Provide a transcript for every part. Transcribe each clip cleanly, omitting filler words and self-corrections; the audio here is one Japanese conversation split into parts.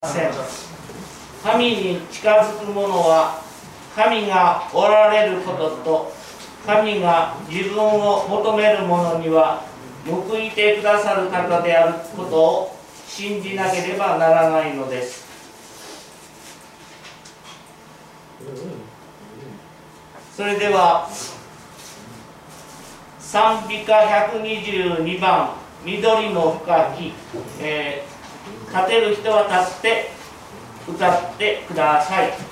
神に近づく者は神がおられることと神が自分を求める者には報いてくださる方であることを信じなければならないのです。それでは賛美歌122番緑の深き、立てる人は立って歌ってください。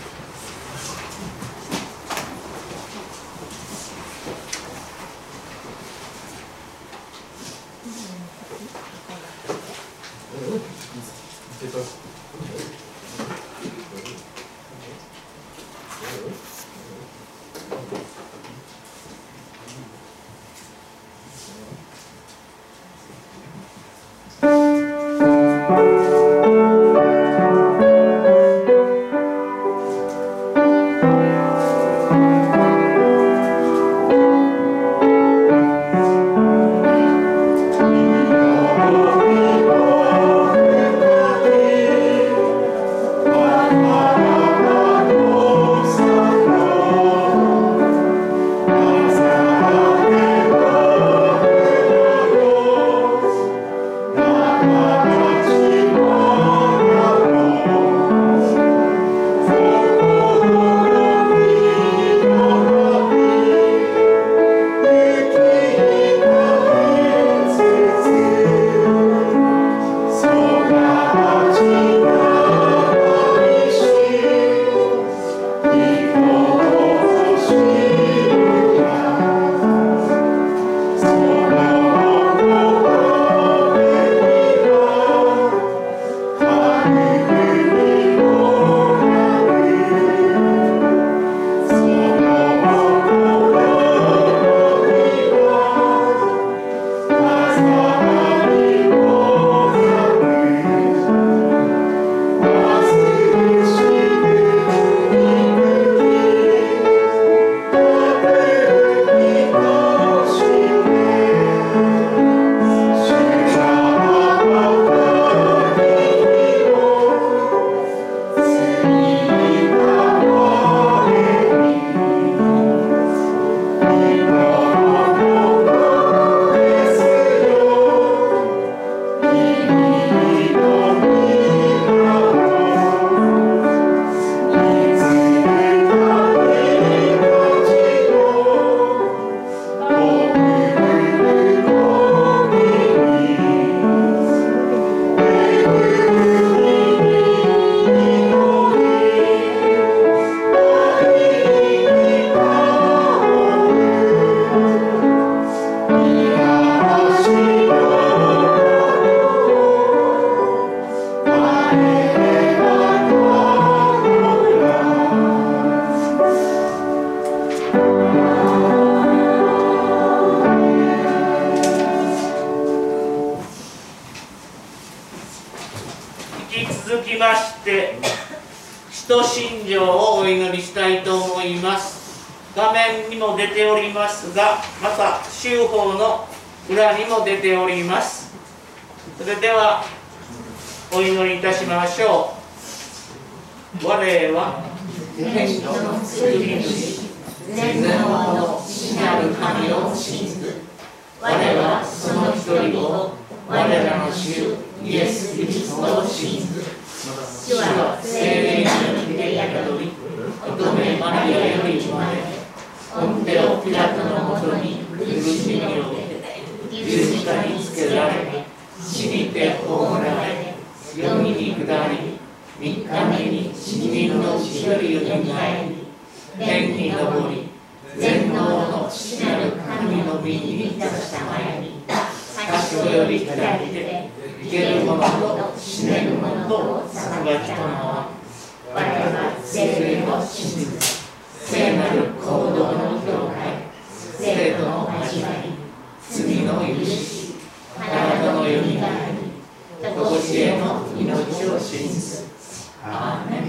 続きまして使徒信条をお祈りしたいと思います。画面にも出ておりますが、また週報の裏にも出ております。それではお祈りいたしましょう。我は天の作り主全能の父なる神を信ず。我はその一人を我らの主イエス・キリストを信ず。主は聖霊によって宿り、乙女マリアより生まれ、ポンテオ・ピラトのもとに苦しみを受け、十字架につけられ、死にて葬られ、読みに下り、三日目に死人のうちよりよみがえり、天に昇り、全能の父なる神の身に立ちたまえに、賢より左手、生ける者と死ねる者とを裁きたまわ。我は聖霊を信ず。聖なる行動の教会、生徒の交わり、罪の許し、体のよみがえり、とこしえの命を信ず。アーメン。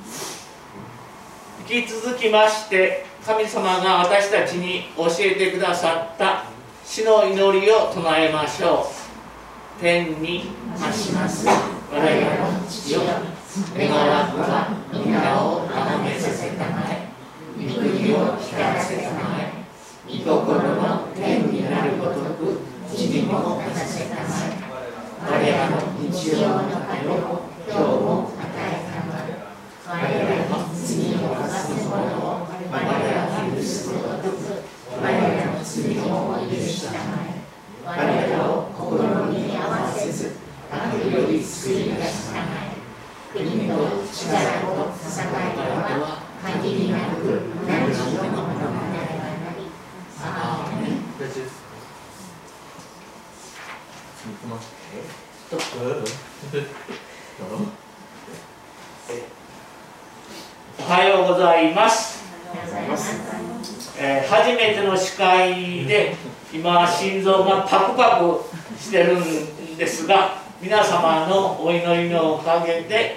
引き続きまして神様が私たちに教えてくださった死の祈りを唱えましょう。天に増します我らの父よ、 願わくは皆をあがめさせたまえ。御国を光らせたまえ。御心の天になるごとく地にも立たせたまえ。我らの日曜の糧を今日も与えたまえ。我らに罪を犯す者を我らが許すごとく我らの罪を許したまえ。我らを心に合わせず悪より救い出したまえ。国と力と栄えは限りなく何時のものなればなり。アーメン。 おはようございます。初めての司会で今心臓がパクパクしてるんですが、皆様のお祈りのおかげで、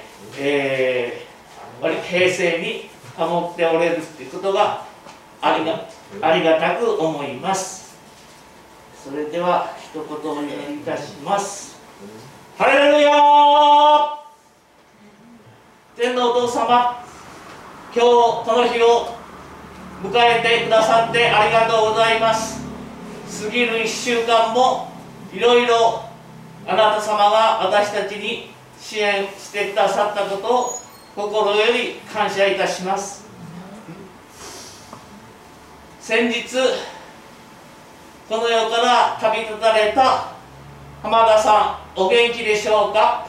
平静に保っておれるということがありがたく思います。それでは一言お祈りいたします。ハレルヤー。天のお父様、今日この日を迎えてくださってありがとうございます。過ぎる1週間もいろいろあなた様が私たちに支援してくださったことを心より感謝いたします。先日この世から旅立たれた浜田さん、お元気でしょうか。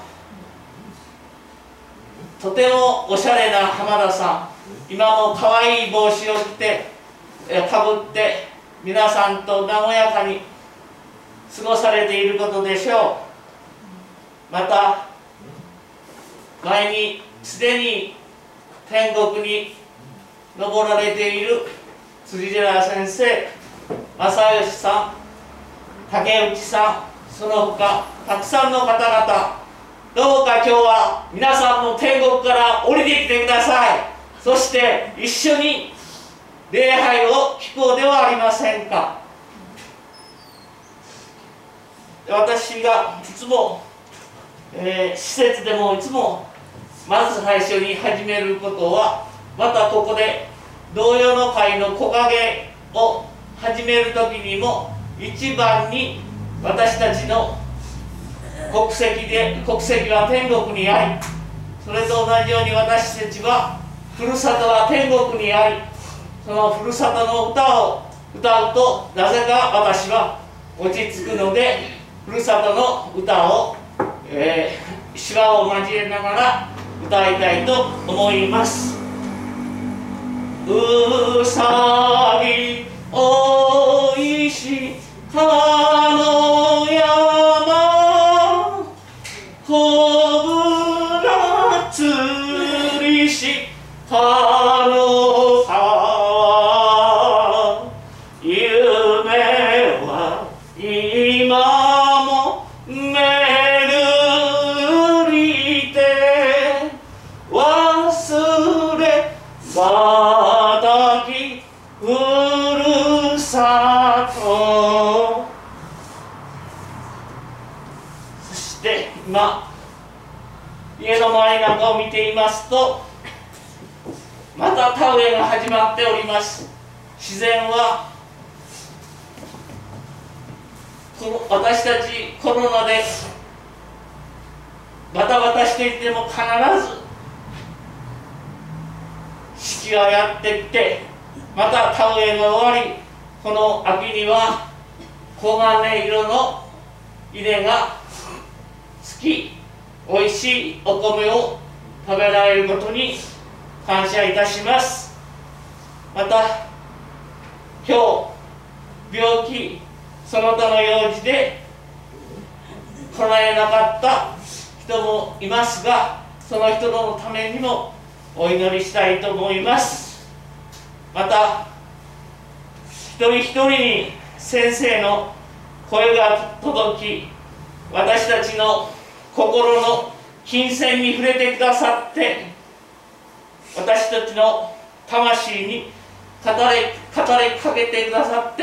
とてもおしゃれな浜田さん、今も可愛い帽子を着てかぶって皆さんと和やかに過ごされていることでしょう。また前にすでに天国に登られている辻寺先生、正義さん、竹内さん、その他たくさんの方々、どうか今日は皆さんも天国から降りてきてください。そして一緒に礼拝を聞こうではありませんか。私がいつも、施設でもいつもまず最初に始めることは、またここで同様の会の木陰を始める時にも一番に私たちの国籍は天国にあり、それと同じように私たちはふるさとは天国にあり、そのふるさとの歌を歌うとなぜか私は落ち着くので、ふるさとの歌を、手話を交えながら歌いたいと思います。うさぎおいしかの山、こぶらつりしかの沢、夢は今も巡りて忘れがたきふるさと。そして今家の周りなんかを見ていますと、また田植えが始まっております。自然は私たちコロナでバタバタしていても必ず四季がやってきて、また田植えが終わり、この秋には黄金色の稲がつき、おいしいお米を食べられることに感謝いたします。また今日病気その他の用事で来られなかった人もいますが、その人のためにもお祈りしたいと思います。また一人一人に先生の声が届き、私たちの心の金銭に触れてくださって、私たちの魂に語りかけてくださって、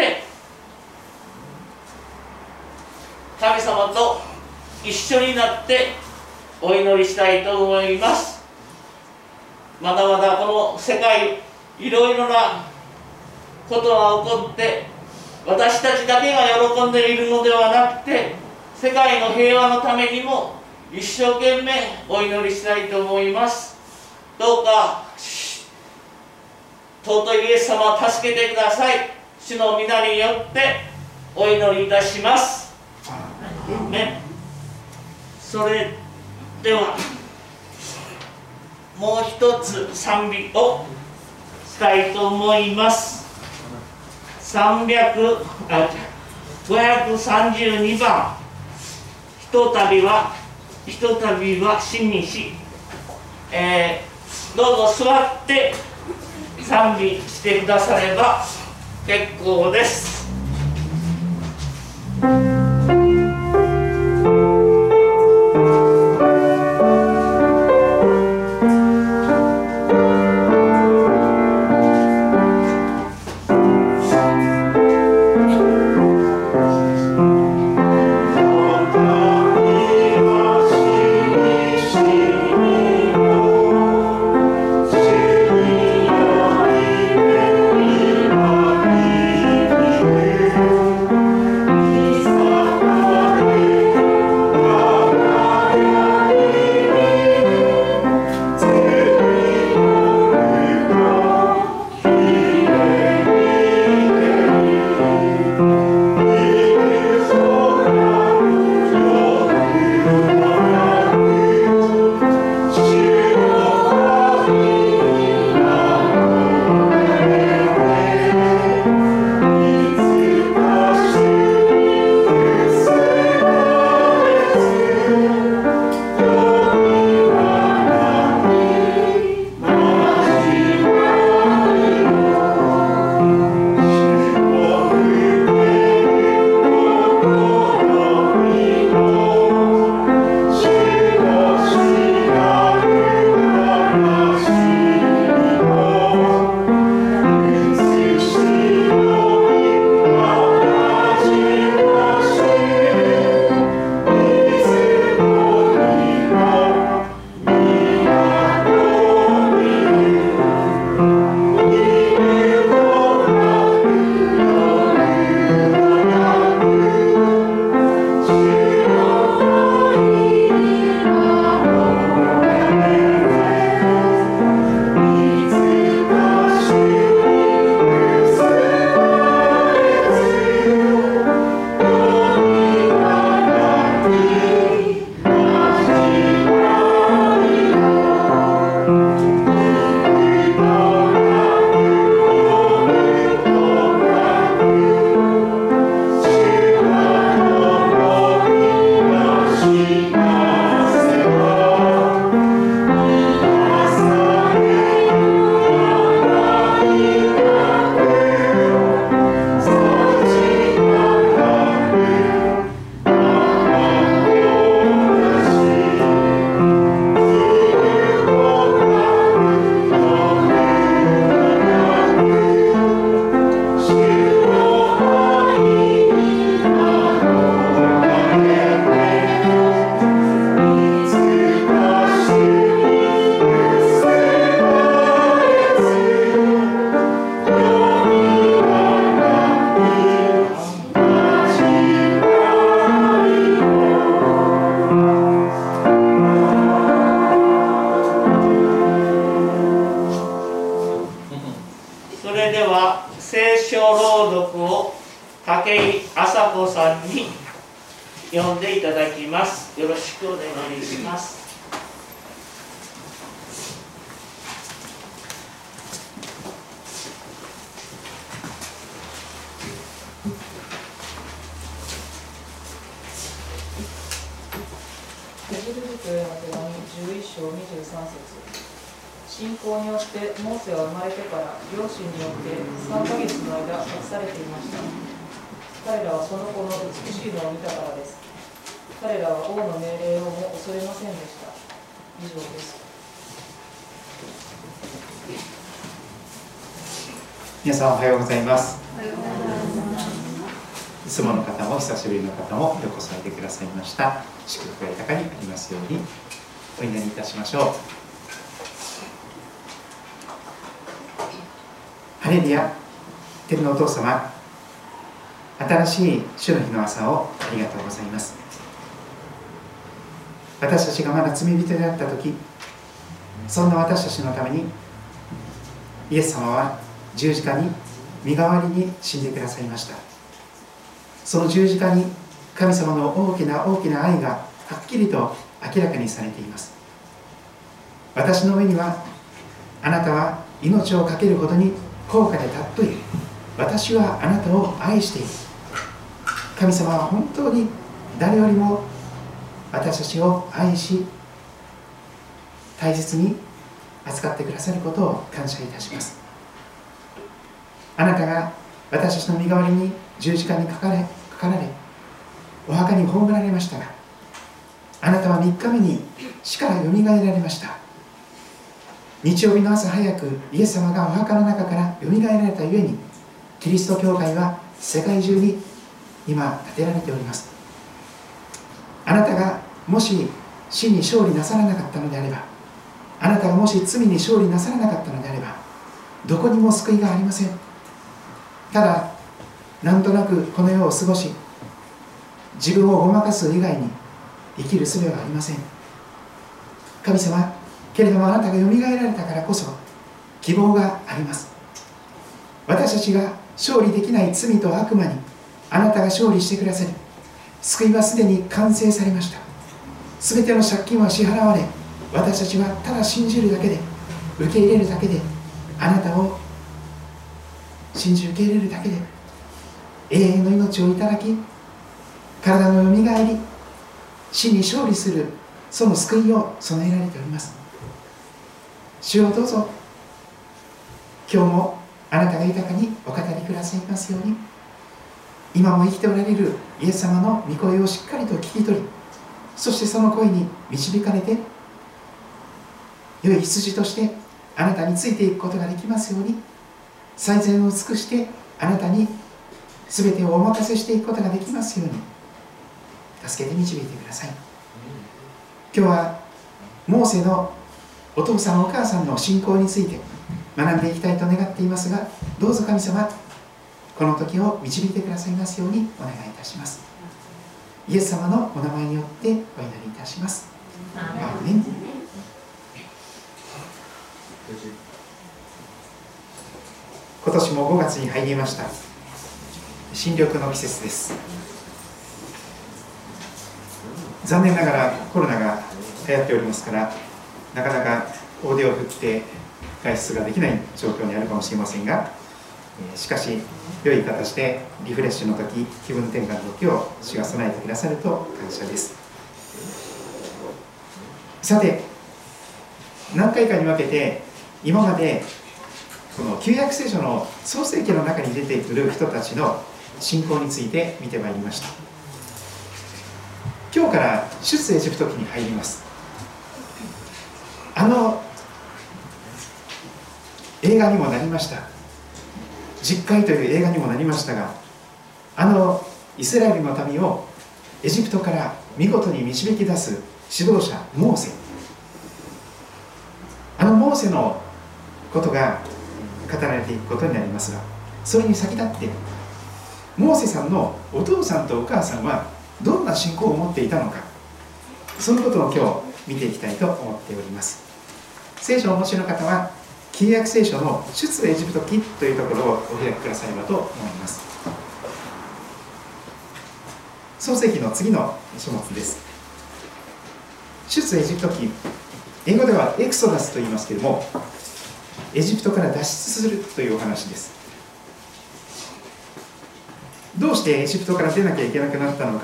神様と一緒になってお祈りしたいと思います。まだまだこの世界いろいろなことが起こって私たちだけが喜んでいるのではなくて世界の平和のためにも一生懸命お祈りしたいと思います。どうか尊いイエス様を助けてください。主の皆によってお祈りいたします。ね、それではもう一つ賛美をしたいと思います。532番ひとたびは真にし、どうぞ座って賛美してくだされば結構です。読んでいただきます。よろしくお願いします。 エゼル人への手紙11章23節。信仰によってモーセは生まれてから両親によって3ヶ月の間隠されていました。彼らはその子の美しいのを見たからです。彼らは王の命令をも恐れませんでした。以上です。 皆さんおはようございます。いつもの方も久しぶりの方もようこそおいでくださいました。祝福が豊かにありますように。 お祈りいたしましょう。ハレルヤ、天のお父様、新しい主の日の朝をありがとうございます。私たちがまだ罪人であった時、そんな私たちのためにイエス様は十字架に身代わりに死んでくださいました。その十字架に神様の大きな大きな愛がはっきりと明らかにされています。私の上には、あなたは命を懸けるほどに高価で尊い、私はあなたを愛している。神様は本当に誰よりも私たちを愛し、大切に扱ってくださることを感謝いたします。あなたが私たちの身代わりに十字架にかかられ、お墓に葬られましたが、あなたは3日目に死からよみがえられました。日曜日の朝早く、イエス様がお墓の中からよみがえられたゆえに、キリスト教会は世界中に今建てられております。あなたがもし死に勝利なさらなかったのであれば、あなたがもし罪に勝利なさらなかったのであれば、どこにも救いがありません。ただ、なんとなくこの世を過ごし、自分をごまかす以外に生きる術はありません。神様、けれどもあなたがよみがえられたからこそ希望があります。私たちが勝利できない罪と悪魔にあなたが勝利してくださり、救いはすでに完成されました。すべての借金は支払われ、私たちはただ信じるだけで、受け入れるだけで、あなたを信じ受け入れるだけで永遠の命をいただき、体のよみがえり、死に勝利するその救いを備えられております。主をどうぞ今日もあなたが豊かにお語りくださいますように、今も生きておられるイエス様の御声をしっかりと聞き取り、そしてその声に導かれて良い羊としてあなたについていくことができますように、最善を尽くしてあなたに全てをお任せしていくことができますように助けて導いてください。今日はモーセのお父さんお母さんの信仰について学んでいきたいと願っていますが、どうぞ神様、この時を導いてくださいますようにお願いいたします。イエス様のお名前によってお祈りいたします。アーメン。今年も5月に入りました。新緑の季節です。残念ながらコロナが流行っておりますから、なかなか大手を振って外出ができない状況にあるかもしれませんが、しかし良い形でリフレッシュの時、気分転換の時を主が備えてくださると感謝です。さて、何回かに分けて今までこの旧約聖書の創世記の中に出てくる人たちの信仰について見てまいりました。今日から出エジプト記に入ります。映画にもなりました、実会という映画にもなりましたが、イスラエルの民をエジプトから見事に導き出す指導者モーセ、モーセのことが語られていくことになりますが、それに先立ってモーセさんのお父さんとお母さんはどんな信仰を持っていたのか、そのことを今日見ていきたいと思っております。聖書をお持ちの方は旧約聖書の出エジプト記というところをお開きくださればと思います。創世記の次の書物です。出エジプト記、英語ではエクソダスと言いますけれども、エジプトから脱出するというお話です。どうしてエジプトから出なきゃいけなくなったのか、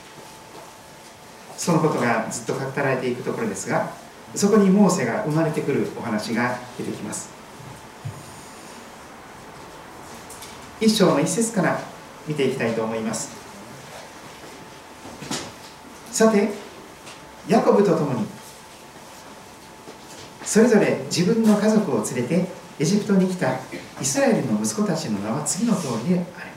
そのことがずっと語られていくところですが、そこにモーセが生まれてくるお話が出てきます。1章の1節から見ていきたいと思います。さて、ヤコブと共にそれぞれ自分の家族を連れてエジプトに来たイスラエルの息子たちの名は次の通りである。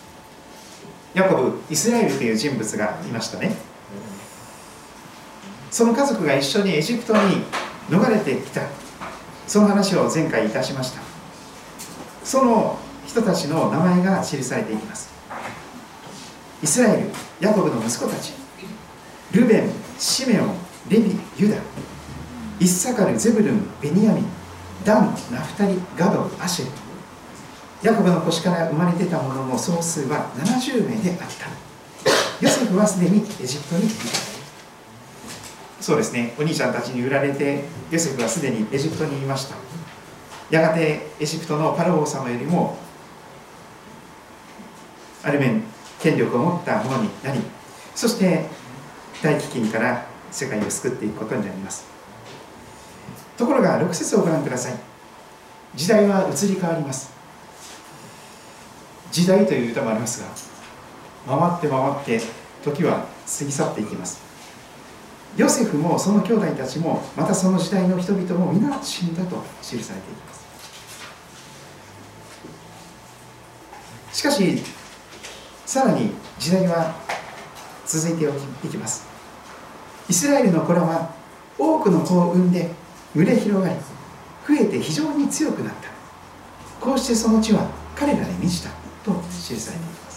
ヤコブ、イスラエルという人物がいましたね。 その家族が一緒にエジプトに逃れてきた、その話を前回いたしました。その人たちの名前が記されていきます。イスラエル、ヤコブの息子たち、ルベン、シメオン、レビ、ユダ、イッサカル、ゼブルン、ベニヤミン、ダン、ナフタリ、ガド、アシェル。ヤコブの腰から生まれ出た者の総数は70名であった。ヨセフはすでにエジプトにいた。そうですね、お兄ちゃんたちに売られてヨセフはすでにエジプトにいました。やがてエジプトのパロ王様よりもある面権力を持ったものになり、そして大飢饉から世界を救っていくことになります。ところが6節をご覧ください。時代は移り変わります。時代という歌もありますが、回って回って時は過ぎ去っていきます。ヨセフもその兄弟たちも、またその時代の人々も皆死んだと記されていきます。しかしさらに時代は続いていきます。イスラエルの子らは多くの子を産んで群れ広がり、増えて非常に強くなった。こうしてその地は彼らに満ちたと記されています。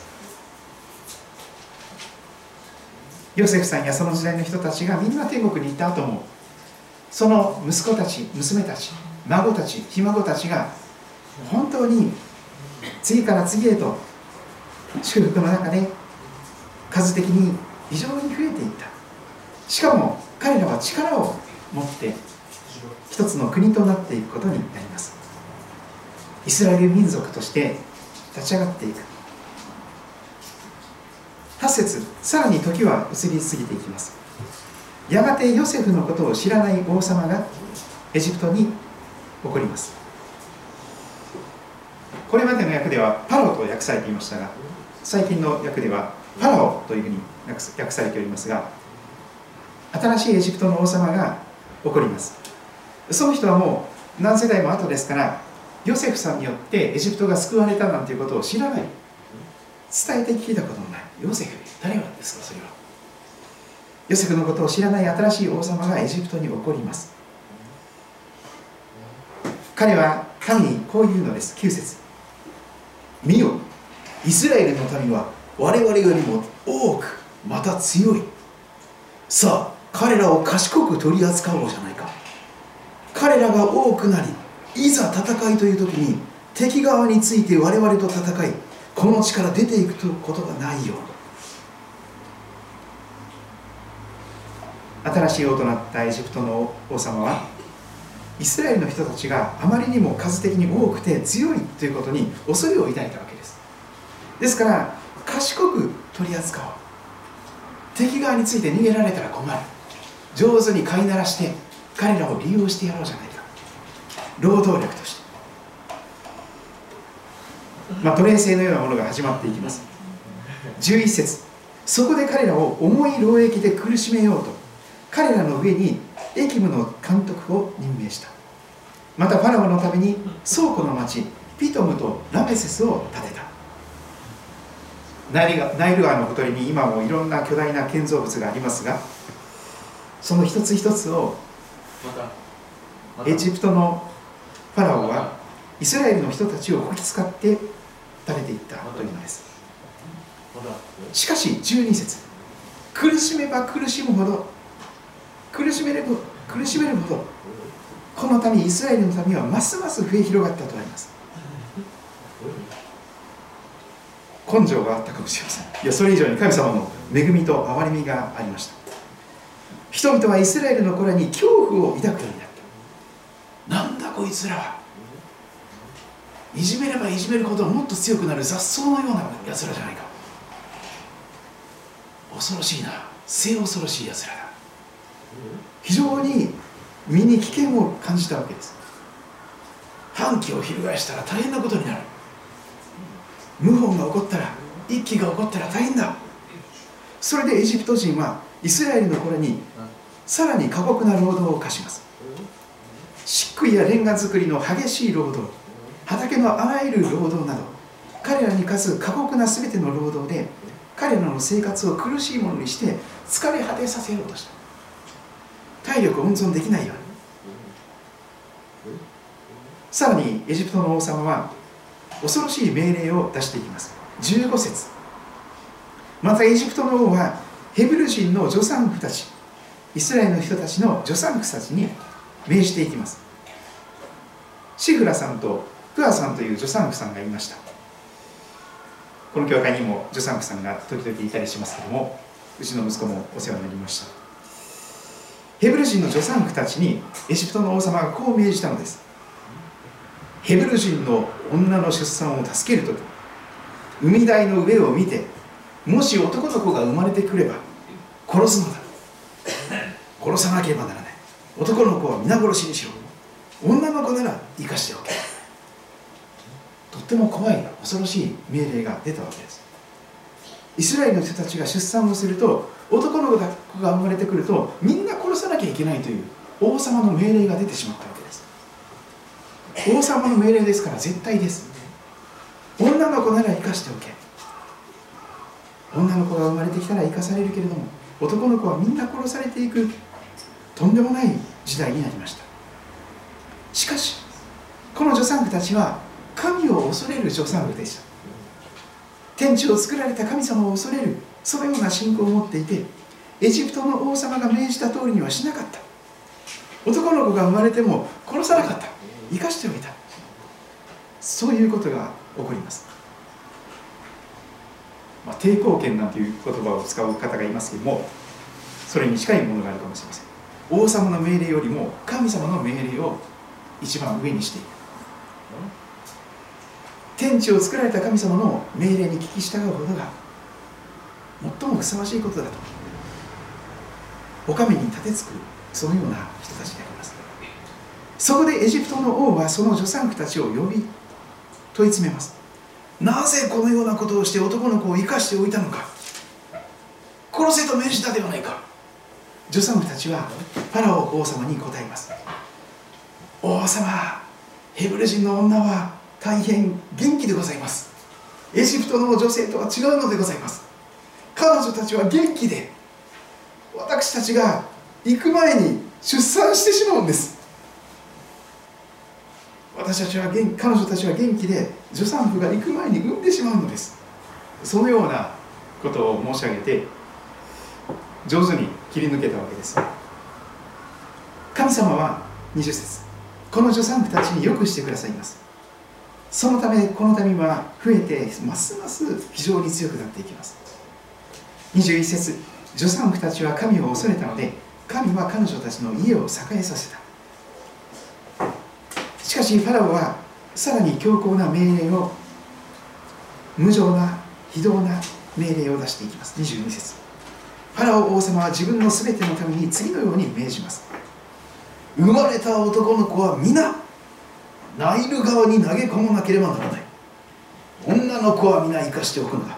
ヨセフさんやその時代の人たちがみんな天国に行った後も、その息子たち、娘たち、孫たち、ひ孫たちが本当に次から次へと祝福の中で数的に非常に増えていった。しかも彼らは力を持って一つの国となっていくことになります。イスラエル民族として立ち上がっていく。8節、さらに時は移り過ぎていきます。やがてヨセフのことを知らない王様がエジプトに起こります。これまでの訳ではパロと訳されていましたが、最近の訳ではパラオというふうに訳されておりますが、新しいエジプトの王様が起こります。その人はもう何世代も後ですから、ヨセフさんによってエジプトが救われたなんていうことを知らない、伝えて聞いたこともない。ヨセフ、誰なんですかそれは。ヨセフのことを知らない新しい王様がエジプトに起こります。彼は神にこう言うのです。9節、見よ、イスラエルの民は我々よりも多くまた強い。さあ彼らを賢く取り扱おうじゃないか。彼らが多くなり、いざ戦いという時に敵側について我々と戦い、この地から出ていくことがないように。新しい王となったエジプトの王様は、イスラエルの人たちがあまりにも数的に多くて強いということに恐れを抱いたわけです。ですから賢く取り扱おう。敵側について逃げられたら困る。上手に飼いならして彼らを利用してやろうじゃないか。労働力として、奴隷制のようなものが始まっていきます。11節、そこで彼らを重い労役で苦しめようと、彼らの上にエキムの監督を任命した。またファラオのために倉庫の町ピトムとラメセスを建てた。ナイル川のほとりに今もいろんな巨大な建造物がありますが、その一つ一つをエジプトのファラオはイスラエルの人たちをこき使って建てていったというのです。しかし12節、苦しめば苦しむほど、苦しめるほど、この民イスラエルの民はますます増え広がったとあります。根性があったかもしれません。いや、それ以上に神様の恵みと憐れみがありました。人々はイスラエルの子らに恐怖を抱くようになった。なんだこいつらは、いじめればいじめるほどもっと強くなる雑草のようなやつらじゃないか。恐ろしいな、末恐ろしいやつらだ。非常に身に危険を感じたわけです。反旗を翻したら大変なことになる。謀反が起こったら、一揆が起こったら大変だ。それでエジプト人はイスラエルの子らにさらに過酷な労働を課します。漆喰やレンガ作りの激しい労働、畑のあらゆる労働など、彼らに課す過酷な全ての労働で彼らの生活を苦しいものにして疲れ果てさせようとした。 体力を温存できないように。さらにエジプトの王様は恐ろしい命令を出していきます。15節。またエジプトの王はヘブル人の助産婦たち、イスラエルの人たちの助産婦たちに命じていきます。シフラさんとプアさんという助産婦さんがいました。この教会にも助産婦さんが時々いたりしますけども、うちの息子もお世話になりました。ヘブル人の助産婦たちにエジプトの王様がこう命じたのです。ヘブル人の女の出産を助けるとき、海台の上を見て、もし男の子が生まれてくれば殺すのだ。殺さなければならない。男の子は皆殺しにしろ。女の子なら生かしておけ。とっても怖い恐ろしい命令が出たわけです。イスラエルの人たちが出産をすると、男の子が生まれてくるとみんな殺さなきゃいけないという王様の命令が出てしまったわけです。王様の命令ですから絶対です。女の子なら生かしておけ。女の子が生まれてきたら生かされるけれども、男の子はみんな殺されていく、とんでもない時代になりました。しかしこの助産婦たちは神を恐れる助産婦でした。天地を作られた神様を恐れる、そのような信仰を持っていて、エジプトの王様が命じた通りにはしなかった。男の子が生まれても殺さなかった。生かしておいた。そういうことが起こります。抵抗権なんていう言葉を使う方がいますけども、それに近いものがあるかもしれません。王様の命令よりも神様の命令を一番上にしている。天地を作られた神様の命令に聞き従うことが最もふさわしいことだと、お上に立てつく、そのような人たちであります。そこでエジプトの王はその助産婦たちを呼び問い詰めます。なぜこのようなことをして男の子を生かしておいたのか。殺せと命じたではないか。助産婦たちはファラオ王様に答えます。王様、ヘブル人の女は大変元気でございます。エジプトの女性とは違うのでございます。彼女たちは元気で、私たちが行く前に出産してしまうんです。彼女たちは元気で、助産婦が行く前に産んでしまうのです。そのようなことを申し上げて、上手に切り抜けたわけです。神様は20節、この助産婦たちによくしてくださいます。そのためこの民は増えてますます非常に強くなっていきます。21節、助産婦たちは神を恐れたので、神は彼女たちの家を栄えさせた。しかしファラオはさらに強硬な命令を、無情な非道な命令を出していきます。22節、ファラオ王様は自分のすべてのために次のように命じます。生まれた男の子は皆ナイル川に投げ込まなければならない。女の子は皆生かしておくのだ。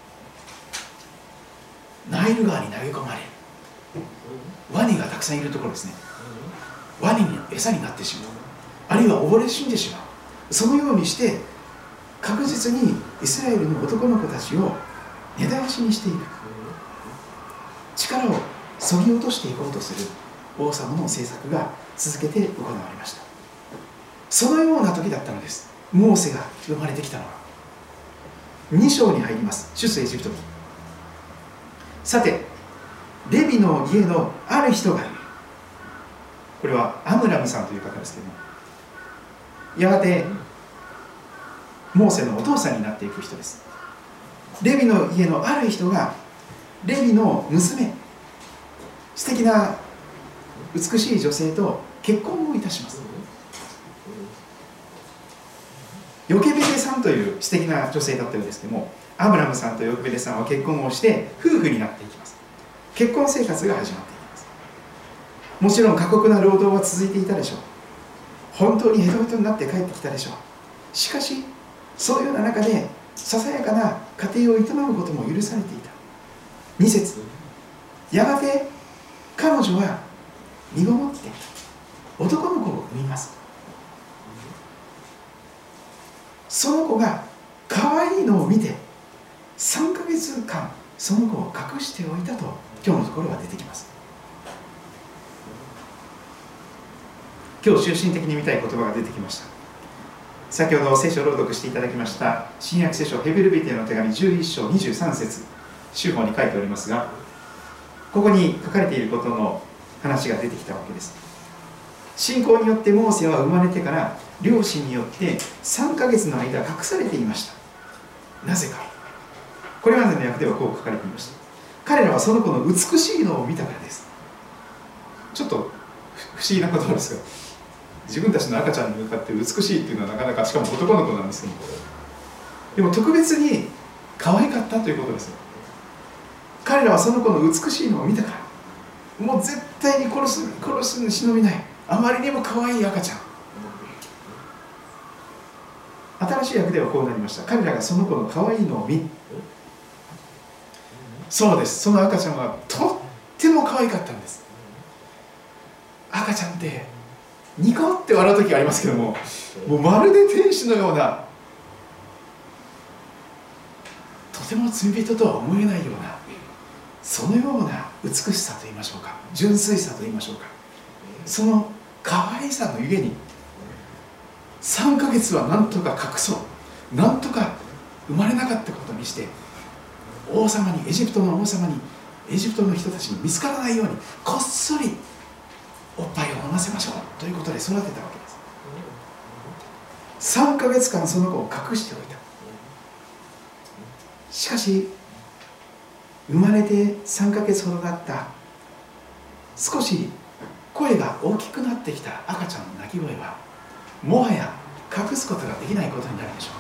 ナイル川に投げ込まれる。ワニがたくさんいるところですね。ワニに餌になってしまう、あるいは溺れ死んでしまう。そのようにして確実にイスラエルの男の子たちを根絶やしにしている。力をそぎ落としていこうとする王様の政策が続けて行われました。そのような時だったのです。モーセが生まれてきたのは。2章に入ります。出エジプト記。さてレビの家のある人が、これはアムラムさんという方ですけども、やがてモーセのお父さんになっていく人です。レビの家のある人がレビの娘、素敵な美しい女性と結婚をいたします。ヨケベデさんという素敵な女性だったようですけども、アブラムさんとヨケベデさんは結婚をして夫婦になっていきます。結婚生活が始まっていきます。もちろん過酷な労働は続いていたでしょう。本当にヘトヘトになって帰ってきたでしょう。しかしそういうような中でささやかな家庭を営むことも許されていた。2節、やがて彼女は身ごもって男の子を産みます。その子が可愛いのを見て3ヶ月間その子を隠しておいたと今日のところは出てきます。 今日中心的に見たい言葉が出てきました。先ほど聖書を朗読していただきました新約聖書ヘブルビテへの手紙11章23節修法に書いておりますが、ここに書かれていることの話が出てきたわけです。信仰によってモーセは生まれてから両親によって3ヶ月の間隠されていました。なぜか、これまでの訳ではこう書かれていました。彼らはその子の美しいのを見たからです。ちょっと不思議なことなんですが、自分たちの赤ちゃんに向かって美しいっていうのはなかなか、しかも男の子なんですけど、でも特別に可愛かったということですよ。彼らはその子の美しいのを見たから、もう絶対に殺すに忍びない、あまりにも可愛い赤ちゃん。新しい訳ではこうなりました。彼らがその子の可愛いのを見、そうです、その赤ちゃんはとっても可愛かったんです。赤ちゃんってニコって笑う時ありますけども、もうまるで天使のような、とても罪人とは思えないような、そのような美しさと言いましょうか、純粋さと言いましょうか、その可愛さのゆえに3ヶ月はなんとか隠そう、なんとか生まれなかったことにして、王様に、エジプトの王様に、エジプトの人たちに見つからないようにこっそりおっぱいを飲ませましょうということで育てたわけです。3ヶ月間その子を隠しておいた。しかし生まれて3ヶ月ほどだった、少し声が大きくなってきた赤ちゃんの泣き声はもはや隠すことができないことになるでしょう。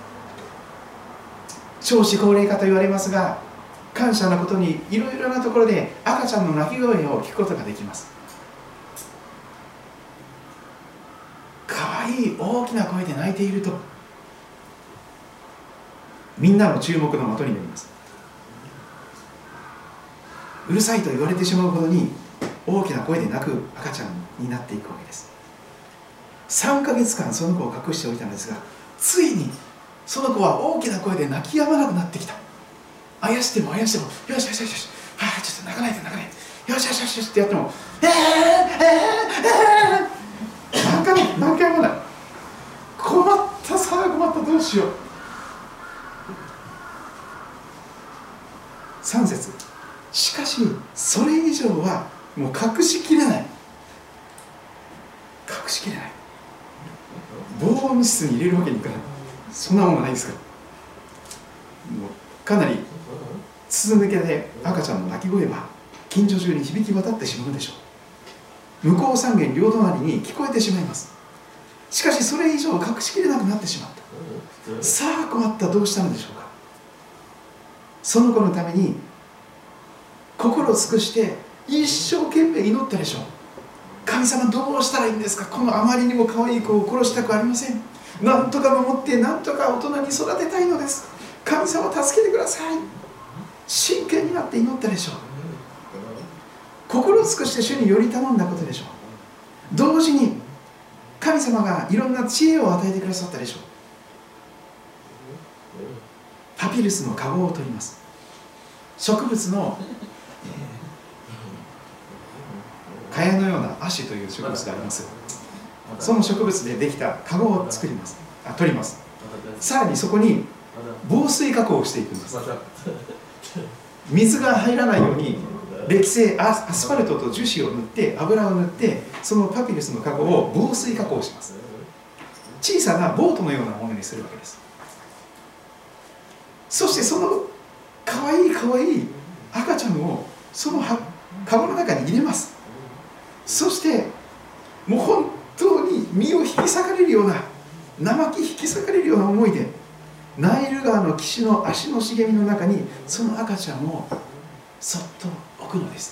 少子高齢化と言われますが、感謝なことにいろいろなところで赤ちゃんの泣き声を聞くことができます。可愛い大きな声で泣いていると、みんなの注目の的になります。うるさいと言われてしまうほどに大きな声で泣く赤ちゃんになっていくわけです。3ヶ月間その子を隠しておいたのですが、ついにその子は大きな声で泣き止まなくなってきた。あやしてもあやしても、よしよしよしよし、ちょっと泣かないで泣かないで、よしよしよしよしってやっても、泣き止まない。困ったさあ、困った、どうしよう。3節、しかしそれ以上はもう隠しきれない、隠しきれない。防音室に入れるわけにいかない。そんなもんがないですから。もうかなり筒抜けで赤ちゃんの泣き声は近所中に響き渡ってしまうでしょう。向こう三軒両隣に聞こえてしまいます。しかしそれ以上隠しきれなくなってしまった。さあ困った、どうしたのでしょうか。その子のために心を尽くして一生懸命祈ったでしょう。神様、どうしたらいいんですか。このあまりにも可愛い子を殺したくありません。なんとか守ってなんとか大人に育てたいのです。神様助けてください。真剣になって祈ったでしょう。心を尽くして主により頼んだことでしょう。同時に神様がいろんな知恵を与えてくださったでしょう。パピルスの籠を取ります。植物の茅のようなアシュという植物があります。その植物でできた籠を取ります。さらにそこに防水加工をしていくんです。水が入らないように歴製アスファルトと樹脂を塗って油を塗って、そのパピルスの籠を防水加工します。小さなボートのようなものにするわけです。そしてそのかわいいかわいい赤ちゃんをその籠の中に入れます。そしてもう本当に身を引き裂かれるような、生木引き裂かれるような思いでナイル川の岸の足の茂みの中にその赤ちゃんをそっと置くのです。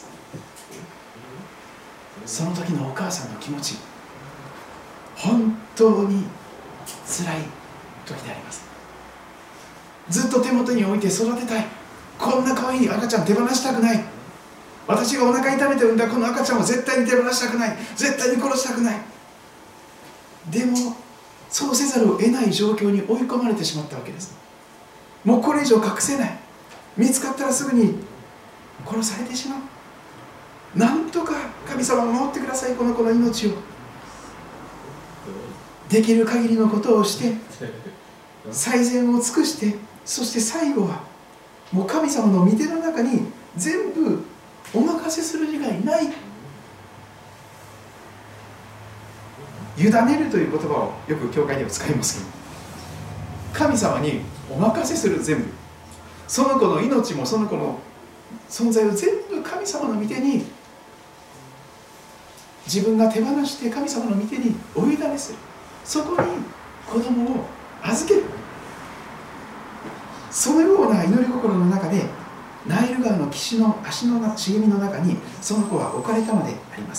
その時のお母さんの気持ち、本当につらい時であります。ずっと手元に置いて育てたい、こんな可愛い赤ちゃん手放したくない、私がお腹痛めて産んだこの赤ちゃんを絶対に手放したくない、絶対に殺したくない。でもそうせざるを得ない状況に追い込まれてしまったわけです。もうこれ以上隠せない、見つかったらすぐに殺されてしまう。なんとか神様守ってください、この子の命を。 できる限りのことをして最善を尽くして、そして最後はもう神様の御手の中に全部お任せする以外ない。委ねるという言葉をよく教会では使いますけど、神様にお任せする。全部その子の命もその子の存在を全部神様の御手に、自分が手放して神様の御手にお委ねする。そこに子供を預ける。そのような祈り心の中でナイル川の岸の足の茂みの中にその子は置かれたのであります。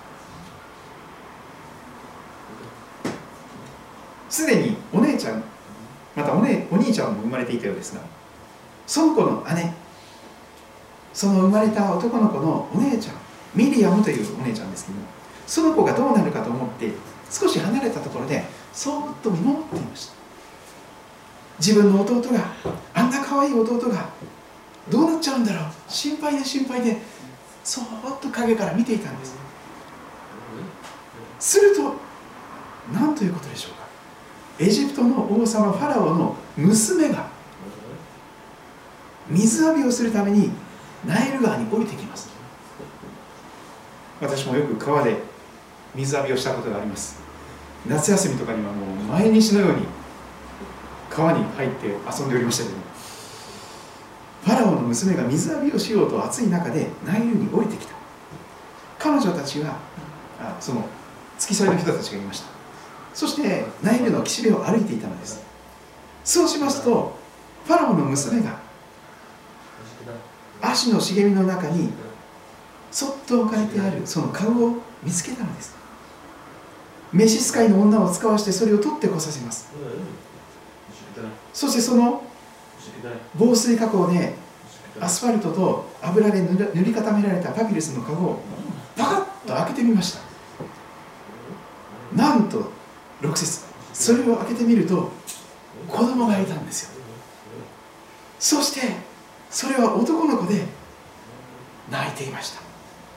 すでにお姉ちゃん、またお兄ちゃんも生まれていたようですが、その子の姉、その生まれた男の子のお姉ちゃん、ミリアムというお姉ちゃんですけども、その子がどうなるかと思って少し離れたところでそーっと見守っていました。自分の弟が、あんな可愛い弟がどうなっちゃうんだろう、心配で心配でそーっと影から見ていたんです。すると何ということでしょうか。エジプトの王様ファラオの娘が水浴びをするためにナイル川に降りてきます。私もよく川で水浴びをしたことがあります。夏休みとかにはもう毎日のように川に入って遊んでおりましたけども、ファラオの娘が水浴びをしようと暑い中でナイルに降りてきた。彼女たちはその付き添いの人たちがいました。そしてナイルの岸辺を歩いていたのです。そうしますとファラオの娘が足の茂みの中にそっと置かれてあるその顔を見つけたのです。召使いの女を使わしてそれを取ってこさせます。そしてその防水加工でアスファルトと油で塗り固められたパピルスのカゴをパカッと開けてみました。なんと6節、それを開けてみると子供がいたんですよ。そしてそれは男の子で泣いていました。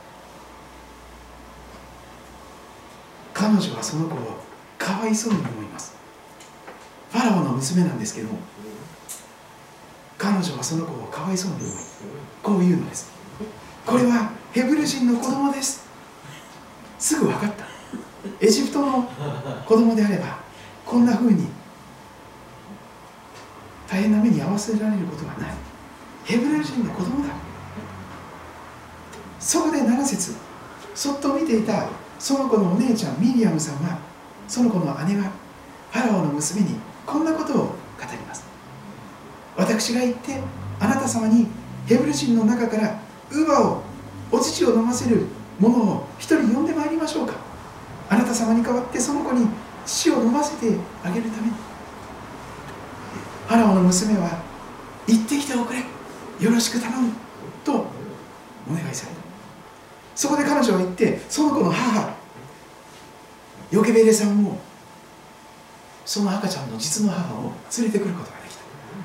彼女はその子をかわいそうに思います。ファラオの娘なんですけども、彼女はその子をかわいそうに思いこう言うのです。これはヘブル人の子供です。すぐ分かった。エジプトの子供であればこんな風に大変な目に遭わせられることはない。ヘブル人の子供だ。そこで7節、そっと見ていたその子のお姉ちゃんミリアムさんは、その子の姉はファラオの娘にこんなことを語ります。私が行ってあなた様にヘブル人の中から乳母を、お乳を飲ませる者を一人呼んでまいりましょうか。あなた様に代わってその子に乳を飲ませてあげるために。ファラオの娘は行ってきておくれ、よろしく頼むとお願いされた。そこで彼女は行ってその子の母ヨケベレさんを、その赤ちゃんの実の母を連れてくることができた。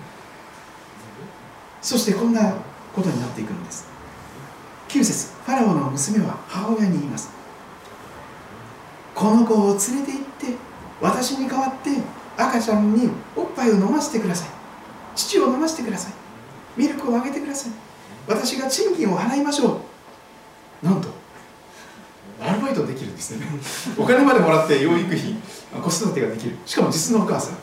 そしてこんなことになっていくのです。9節、ファラオの娘は母親に言います。この子を連れて行って私に代わって赤ちゃんにおっぱいを飲ませてください。乳を飲ませてください。ミルクをあげてください。私が賃金を払いましょう。なんとアルバイトできるんですね。お金までもらって養育費、子育てができる。しかも実のお母さん。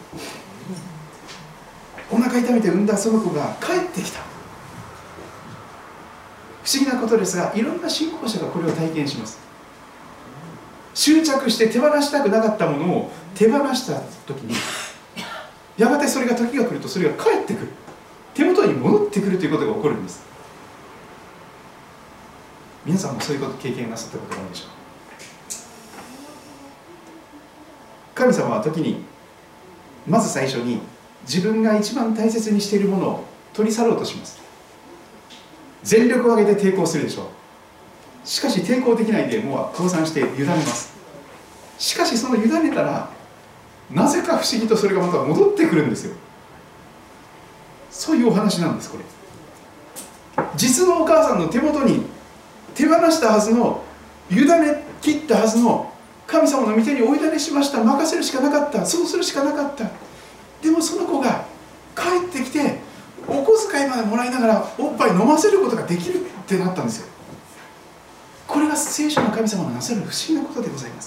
お腹痛めて産んだその子が帰ってきた。不思議なことですが、いろんな信仰者がこれを体験します。執着して手放したくなかったものを手放した時に、やがてそれが時が来るとそれが帰ってくる、手元に戻ってくるということが起こるんです。皆さんもそういうこと経験なさったことがあるでしょう。神様は時にまず最初に自分が一番大切にしているものを取り去ろうとします。全力を挙げて抵抗するでしょう。しかし抵抗できないでもう降参して委ねます。しかしその委ねたらなぜか不思議とそれがまた戻ってくるんですよ。そういうお話なんです。これ実のお母さんの手元に手放したはずの、委ね切ったはずの神様の御手にお委ねしました。任せるしかなかった。そうするしかなかった。でもその子が帰ってきてお小遣いまでもらいながらおっぱい飲ませることができるってなったんですよ。これが聖書の神様のなさる不思議なことでございます。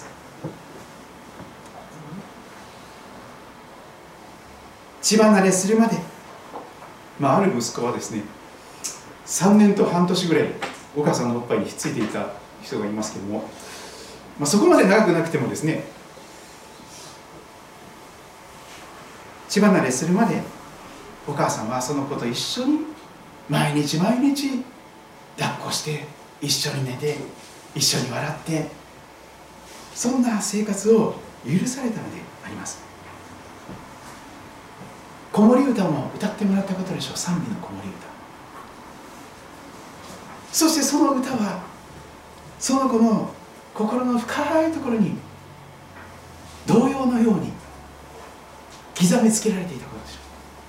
血離れするまで、ある息子はですね、3年と半年ぐらいお母さんのおっぱいにひっついていた人がいますけども、そこまで長くなくてもですね、血離れするまでお母さんはその子と一緒に毎日毎日抱っこして一緒に寝て一緒に笑って、そんな生活を許されたのであります。子守歌も歌ってもらったことでしょう。賛美の子守歌。そしてその歌はその子の心の深いところに童謡のように刻みつけられていたことでしょ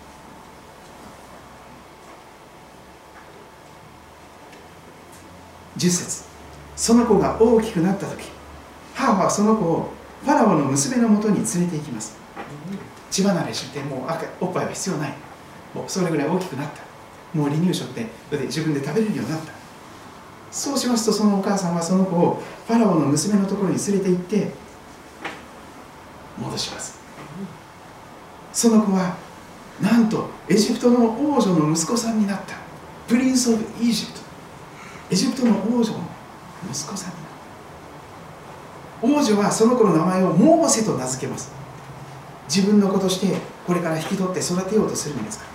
う。10節、その子が大きくなった時、母はその子をファラオの娘のもとに連れて行きます。血離れしてもうおっぱいは必要ない。もうそれぐらい大きくなった。もう離乳食で自分で食べれるようになった。そうしますと、そのお母さんはその子をファラオの娘のところに連れて行って戻します。その子はなんとエジプトの王女の息子さんになった。プリンス・オブ・イージプト、エジプトの王女の息子さんになった。王女はその子の名前をモーセと名付けます。自分の子としてこれから引き取って育てようとするんですから、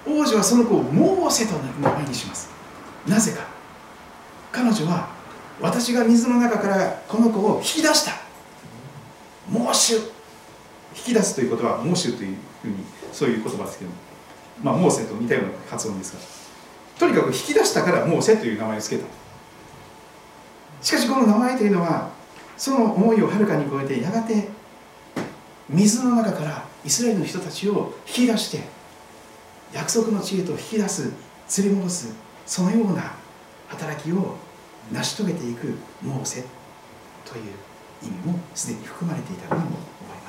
王女はその子をモーセと名前にします。なぜか、彼女は私が水の中からこの子を引き出した。モーシュ、引き出すということはモーシュというふうにそういう言葉ですけど、モーセと似たような発音ですが、とにかく引き出したからモーセという名前を付けた。しかしこの名前というのはその思いをはるかに超えて、やがて水の中からイスラエルの人たちを引き出して約束の地へと引き出す、連れ戻す、そのような働きを成し遂げていくモーセという意味もすでに含まれていたようにも思います。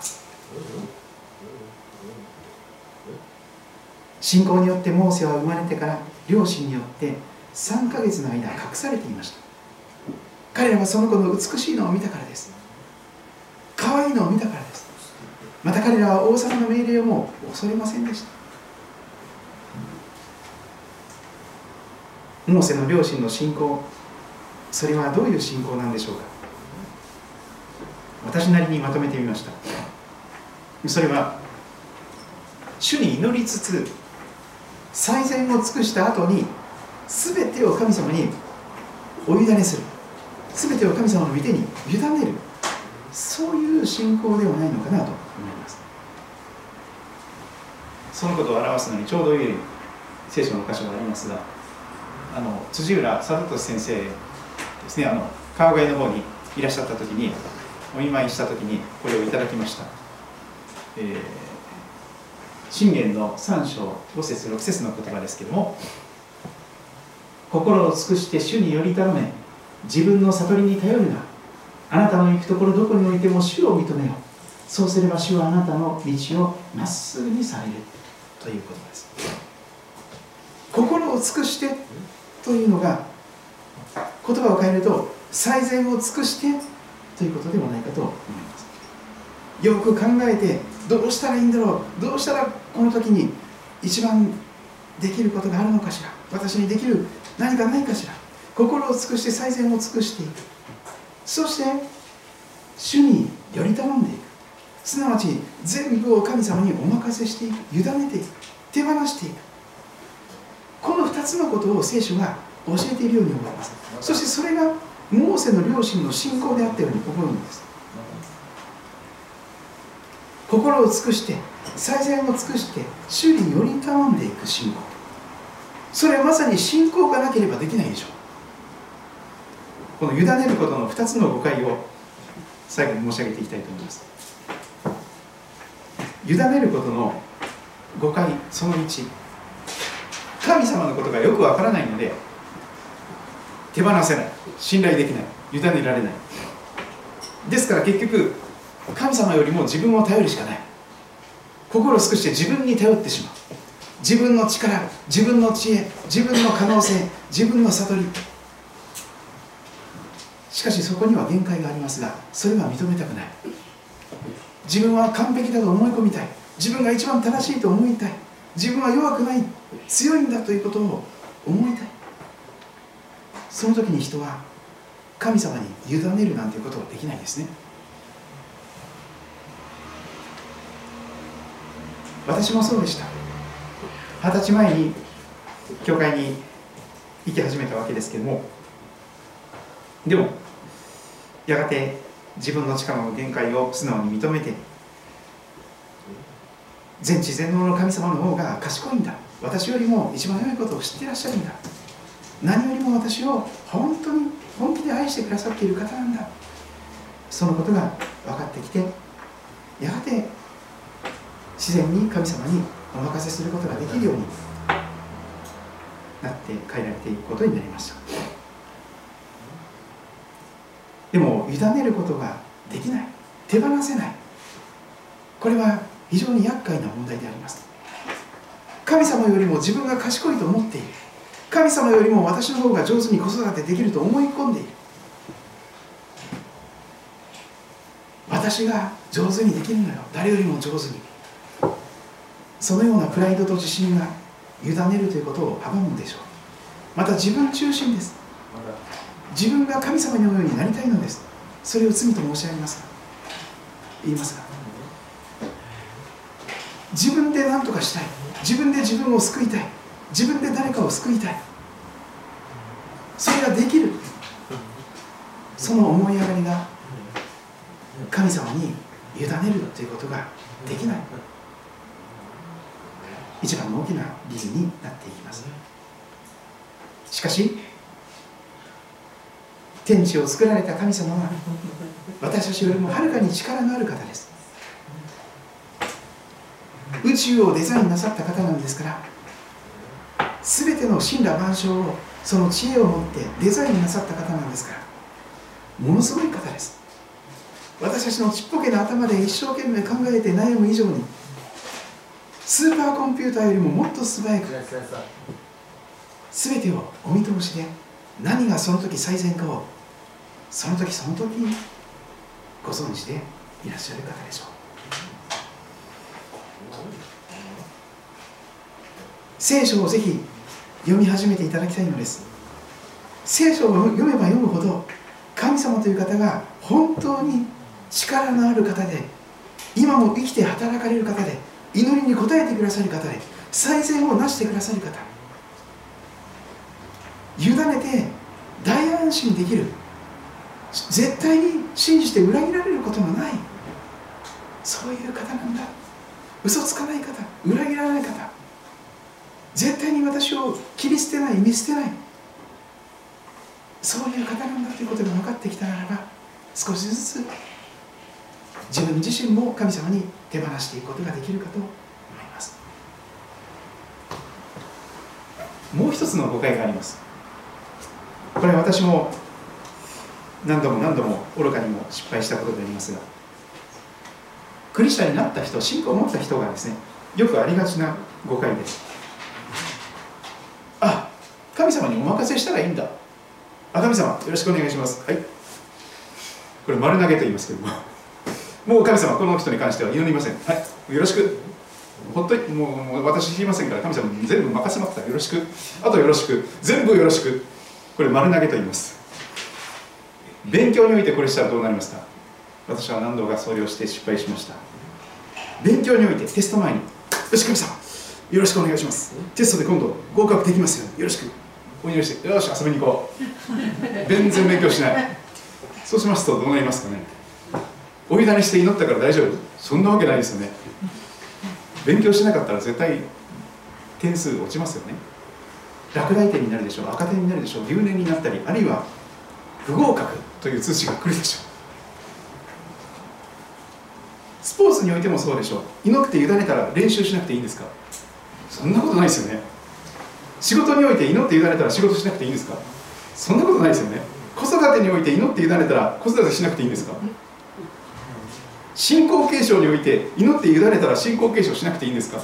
信仰によってモーセは生まれてから両親によって3ヶ月の間隠されていました。彼らはその子の美しいのを見たからです。可愛いのを見たからです。また彼らは王様の命令をも恐れませんでした。モーセの両親の信仰、それはどういう信仰なんでしょうか。私なりにまとめてみました。それは主に祈りつつ最善を尽くした後に全てを神様にお委ねする、全てを神様の御手に委ねる、そういう信仰ではないのかなと思います。そのことを表すのにちょうどいい聖書の箇所がありますが、辻浦貞俊先生ですね、川越の方にいらっしゃった時にお見舞いした時にこれをいただきました。箴言の3章5節6節の言葉ですけれども、心を尽くして主により頼め、自分の悟りに頼るな、あなたの行くところどこにおいても主を認めよう、そうすれば主はあなたの道をまっすぐにされるという言葉です。心を尽くしてというのが、言葉を変えると最善を尽くしてということではないかと思います。よく考えてどうしたらいいんだろう、どうしたらこの時に一番できることがあるのかしら、私にできる何かないかしら、心を尽くして最善を尽くしていく、そして主により頼んでいく、すなわち全部を神様にお任せしていく、委ねていく、手放していく、この2つのことを聖書が教えているように思います。そしてそれがモーセの両親の信仰であったように思うんです。心を尽くして最善を尽くして主により頼んでいく信仰、それはまさに信仰がなければできないでしょう。この委ねることの2つの誤解を最後に申し上げていきたいと思います。委ねることの誤解その1、神様のことがよくわからないので手放せない、信頼できない、委ねられない。 ですから結局神様よりも自分を頼るしかない。心を尽くして自分に頼ってしまう。自分の力、自分の知恵、自分の可能性、自分の悟り。しかしそこには限界がありますが、それは認めたくない。自分は完璧だと思い込みたい。自分が一番正しいと思いたい。自分は弱くない、強いんだということを思いたい。その時に人は神様に委ねるなんていうことはできないですね。私もそうでした。20歳前に教会に行き始めたわけですけども、でもやがて自分の力の限界を素直に認めて、全知全能の神様の方が賢いんだ、私よりも一番良いことを知っていらっしゃるんだ、何よりも私を本当に本気で愛してくださっている方なんだ、そのことが分かってきて、やがて自然に神様にお任せすることができるようになって変えられていくことになりました。でも委ねることができない、手放せない、これは非常に厄介な問題であります。神様よりも自分が賢いと思っている、神様よりも私の方が上手に子育てできると思い込んでいる、私が上手にできるのよ、誰よりも上手に、そのようなプライドと自信が委ねるということを阻むのでしょう。また自分中心です。自分が神様のようになりたいのです。それを罪と申し上げますが、言いますが、自分で何とかしたい、自分で自分を救いたい、自分で誰かを救いたい、それができる、その思い上がりが神様に委ねるということができない、一番の大きな理由になっていきます。しかし天地を作られた神様は私たちよりもはるかに力のある方です。宇宙をデザインなさった方なんですから、全ての神羅万象をその知恵を持ってデザインなさった方なんですから、ものすごい方です。私たちのちっぽけな頭で一生懸命考えて悩む以上に、スーパーコンピューターよりももっと素早く全てをお見通しで、何がその時最善かをその時その時ご存知でいらっしゃる方でしょう。聖書をぜひ読み始めていただきたいのです。聖書を読めば読むほど、神様という方が本当に力のある方で、今も生きて働かれる方で、祈りに応えてくださる方で、最善をなしてくださる方、委ねて大安心できる、絶対に信じて裏切られることのない、そういう方なんだ。嘘つかない方、裏切らない方、絶対に私を切り捨てない、見捨てない、そういう方なんだということが分かってきたならば、少しずつ自分自身も神様に手放していくことができるかと思います。もう一つの誤解があります。これは私も何度も何度も愚かにも失敗したことでありますが、クリスチャンになった人、信仰を持った人がですね、よくありがちな誤解です。あ、神様にお任せしたらいいんだ、あ、神様よろしくお願いします、はい、これ丸投げと言いますけども、もう神様この人に関しては祈りません、はい、よろしく、ほっといて、もう私知りませんから神様に全部任せますからよろしく、あとよろしく、全部よろしく、これ丸投げと言います。勉強においてこれしたらどうなりますか。私は何度かそれをして失敗しました。勉強においてテスト前に、よし神様よろしくお願いします、テストで今度合格できますようによろしくお祈りして、よし遊びに行こう、全然勉強しない。そうしますとどうなりますかね。お委ねして祈ったから大丈夫、そんなわけないですよね。勉強しなかったら絶対点数落ちますよね。落第点になるでしょう、赤点になるでしょう、留年になったり、あるいは不合格という通知が来るでしょう。スポーツにおいてもそうでしょう。祈って委ねたら練習しなくていいんですか。そんなことないですよね。仕事において祈って委ねたら仕事しなくていいんですか。そんなことないですよね。子育てにおいて祈って委ねたら子育てしなくていいんですか。 信仰継承において祈って委ねたら信仰継承しなくていいんですか？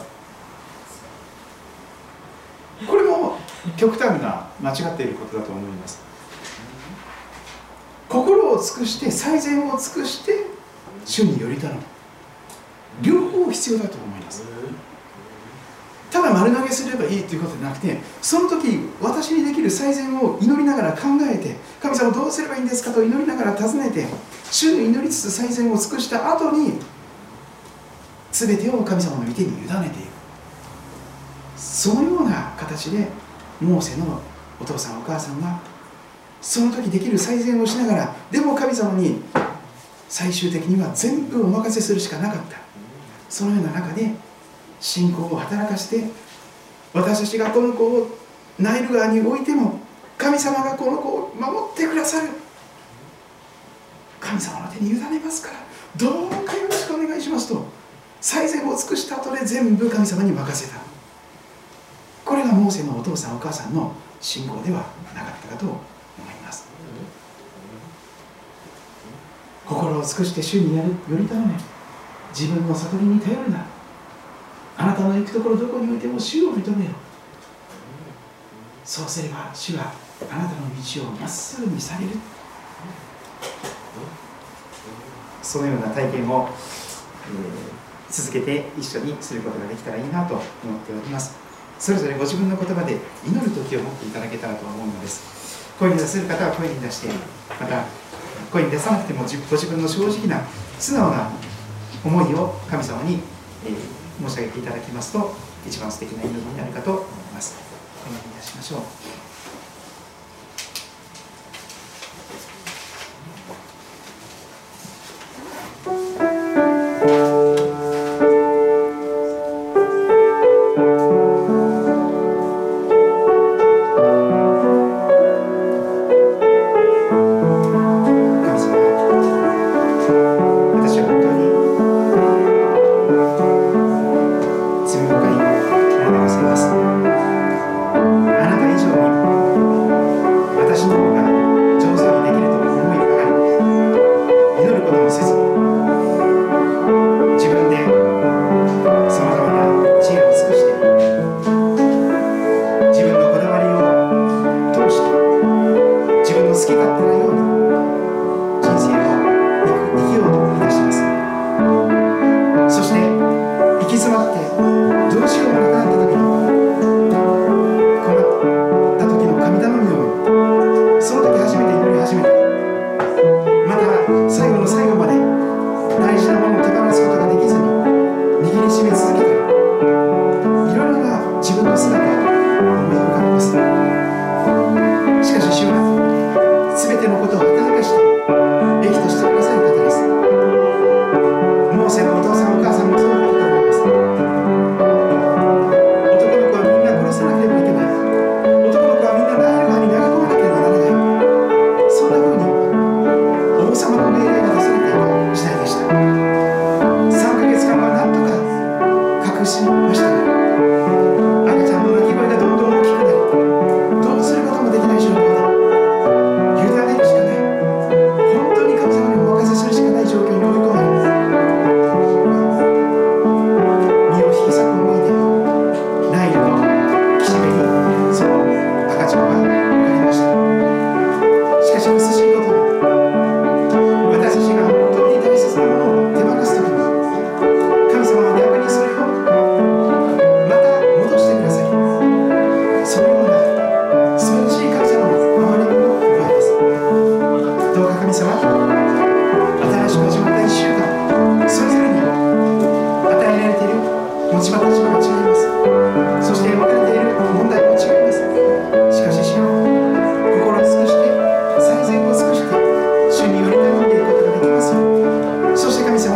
これも極端な間違っていることだと思います。心を尽くして最善を尽くして主により頼む、両方必要だと思います。ただ丸投げすればいいということではなくて、その時私にできる最善を祈りながら考えて、神様どうすればいいんですかと祈りながら尋ねて、主に祈りつつ最善を尽くした後に全てを神様の御手に委ねていく、そのような形でモーセのお父さんお母さんはその時できる最善をしながら、でも神様に最終的には全部お任せするしかなかった。そのような中で信仰を働かせて、私たちがこの子をナイル川に置いても神様がこの子を守ってくださる、神様の手に委ねますからどうかよろしくお願いしますと最善を尽くした後で全部神様に任せた。これがモーセのお父さんお母さんの信仰ではなかったかと思います。心を尽くして主により頼め、自分の悟りに頼るな、あなたの行くところどこにおいても主を認めよ。そうすれば主はあなたの道をまっすぐにされる。そのような体験を、続けて一緒にすることができたらいいなと思っております。それぞれご自分の言葉で祈る時を持っていただけたらと思うのです。声に出せる方は声に出して、また声に出さなくてもご自分の正直な素直な思いを神様に、申し上げていただきますと一番素敵な祈りになるかと思います。お祈りいたしましょう。神様